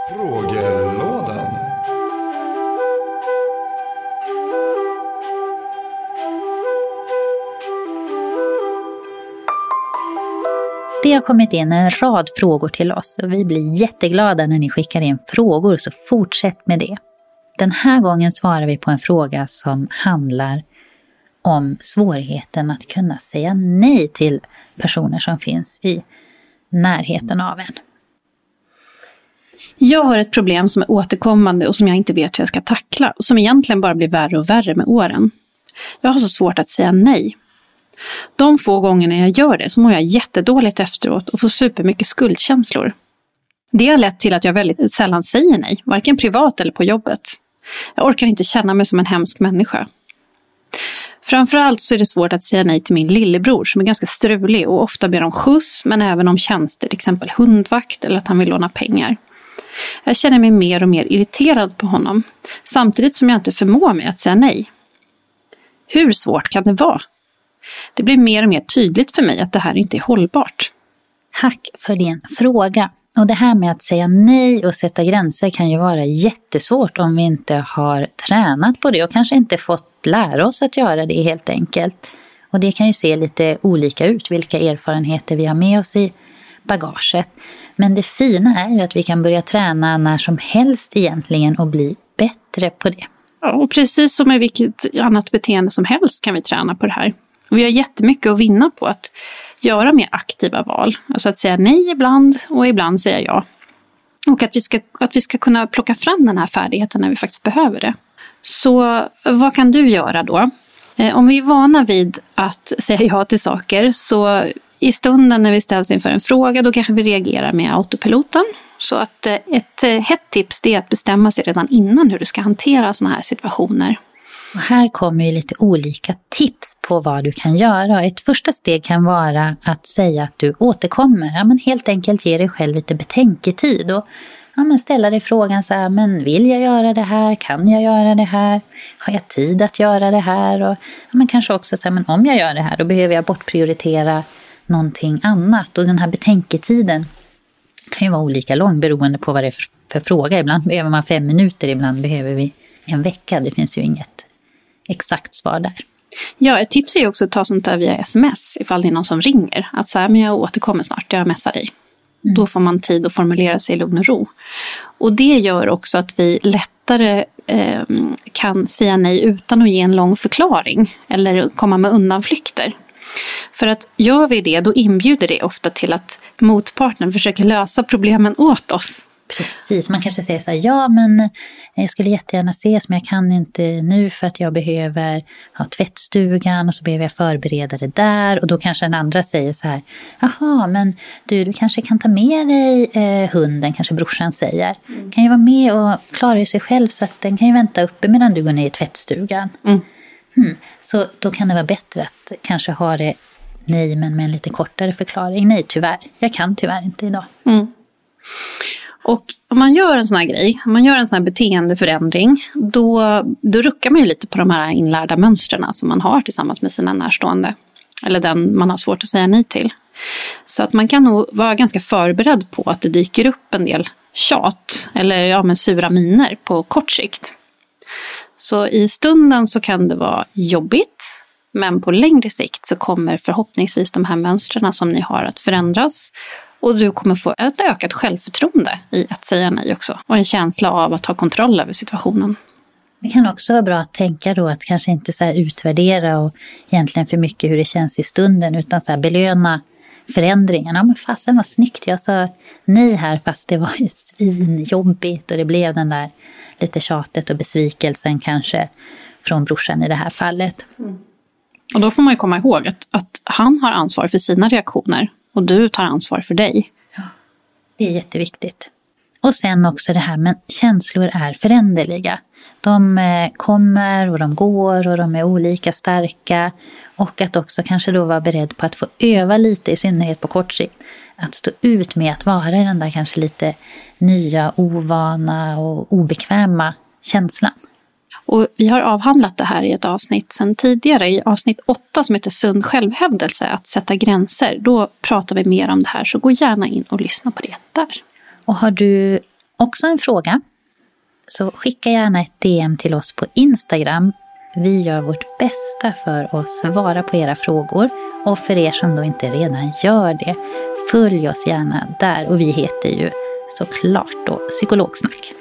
Frågelådan. Det har kommit in en rad frågor till oss och vi blir jätteglada när ni skickar in frågor, så fortsätt med det. Den här gången svarar vi på en fråga som handlar om svårigheten att kunna säga nej till personer som finns i närheten av en. Jag har ett problem som är återkommande och som jag inte vet hur jag ska tackla och som egentligen bara blir värre och värre med åren. Jag har så svårt att säga nej. De få gångerna jag gör det så mår jag jättedåligt efteråt och får supermycket skuldkänslor. Det har lett till att jag väldigt sällan säger nej, varken privat eller på jobbet. Jag orkar inte känna mig som en hemsk människa. Framförallt så är det svårt att säga nej till min lillebror som är ganska strulig och ofta ber om skjuts, men även om tjänster, till exempel hundvakt eller att han vill låna pengar. Jag känner mig mer och mer irriterad på honom, samtidigt som jag inte förmår mig att säga nej. Hur svårt kan det vara? Det blir mer och mer tydligt för mig att det här inte är hållbart. Tack för din fråga. Och det här med att säga nej och sätta gränser kan ju vara jättesvårt om vi inte har tränat på det och kanske inte fått lära oss att göra det helt enkelt. Och det kan ju se lite olika ut, vilka erfarenheter vi har med oss i bagaget. Men det fina är ju att vi kan börja träna när som helst egentligen och bli bättre på det. Ja, och precis som med vilket annat beteende som helst kan vi träna på det här. Och vi har jättemycket att vinna på att göra mer aktiva val. Alltså att säga nej ibland och ibland säga ja. Och att vi ska kunna plocka fram den här färdigheten när vi faktiskt behöver det. Så vad kan du göra då? Om vi är vana vid att säga ja till saker, så i stunden när vi ställs inför en fråga, då kanske vi reagerar med autopiloten. Så att ett hett tips är att bestämma sig redan innan hur du ska hantera sådana här situationer. Och här kommer ju lite olika tips på vad du kan göra. Ett första steg kan vara att säga att du återkommer. Ja, men helt enkelt ge dig själv lite betänketid och ställa dig frågan så här, men vill jag göra det här? Kan jag göra det här? Har jag tid att göra det här? Och kanske också så här, men om jag gör det här, då behöver jag bortprioritera någonting annat. Och den här betänketiden kan ju vara olika lång beroende på vad det är för fråga. Ibland behöver man 5 minuter, ibland behöver vi en vecka. Det finns ju inget exakt svar där. Ja, ett tips är också att ta sånt där via sms ifall det är någon som ringer. Att säga, men jag återkommer snart, jag messar dig. Då får man tid att formulera sig i lugn och ro. Och det gör också att vi lättare kan säga nej utan att ge en lång förklaring eller komma med undanflykter. För att gör vi det, då inbjuder det ofta till att motparten försöker lösa problemen åt oss. Precis, man kanske säger så här, ja men jag skulle jättegärna ses men jag kan inte nu för att jag behöver ha tvättstugan och så behöver jag förbereda det där. Och då kanske den andra säger så här, jaha men du kanske kan ta med dig hunden, kanske brorsan säger. Kan ju vara med och klara sig själv så att den kan ju vänta uppe medan du går ner i tvättstugan. Så då kan det vara bättre att kanske ha det nej men med en lite kortare förklaring. Nej tyvärr, jag kan tyvärr inte idag. Och om man gör en sån här grej, om man gör en sån här beteendeförändring, då ruckar man ju lite på de här inlärda mönstren som man har tillsammans med sina närstående. Eller den man har svårt att säga nej till. Så att man kan nog vara ganska förberedd på att det dyker upp en del tjat eller sura miner på kort sikt. Så i stunden så kan det vara jobbigt, men på längre sikt så kommer förhoppningsvis de här mönstren som ni har att förändras. Och du kommer få ett ökat självförtroende i att säga nej också. Och en känsla av att ha kontroll över situationen. Det kan också vara bra att tänka då att kanske inte så här utvärdera och egentligen för mycket hur det känns i stunden. Utan så här belöna förändringarna. Men fasen vad snyggt, jag sa nej här fast det var ju svinjobbigt. Och det blev den där lite tjatet och besvikelsen kanske från brorsan i det här fallet. Och då får man ju komma ihåg att han har ansvar för sina reaktioner. Och du tar ansvar för dig. Ja, det är jätteviktigt. Och sen också det här med känslor är föränderliga. De kommer och de går och de är olika starka. Och att också kanske då vara beredd på att få öva lite, i synnerhet på kort sikt. Att stå ut med att vara i den där kanske lite nya, ovana och obekväma känslan. Och vi har avhandlat det här i ett avsnitt sedan tidigare. I avsnitt 8 som heter Sund självhävdelse, att sätta gränser. Då pratar vi mer om det här, så gå gärna in och lyssna på det där. Och har du också en fråga, så skicka gärna ett DM till oss på Instagram. Vi gör vårt bästa för att svara på era frågor. Och för er som då inte redan gör det, följ oss gärna där. Och vi heter ju såklart då Psykologsnack.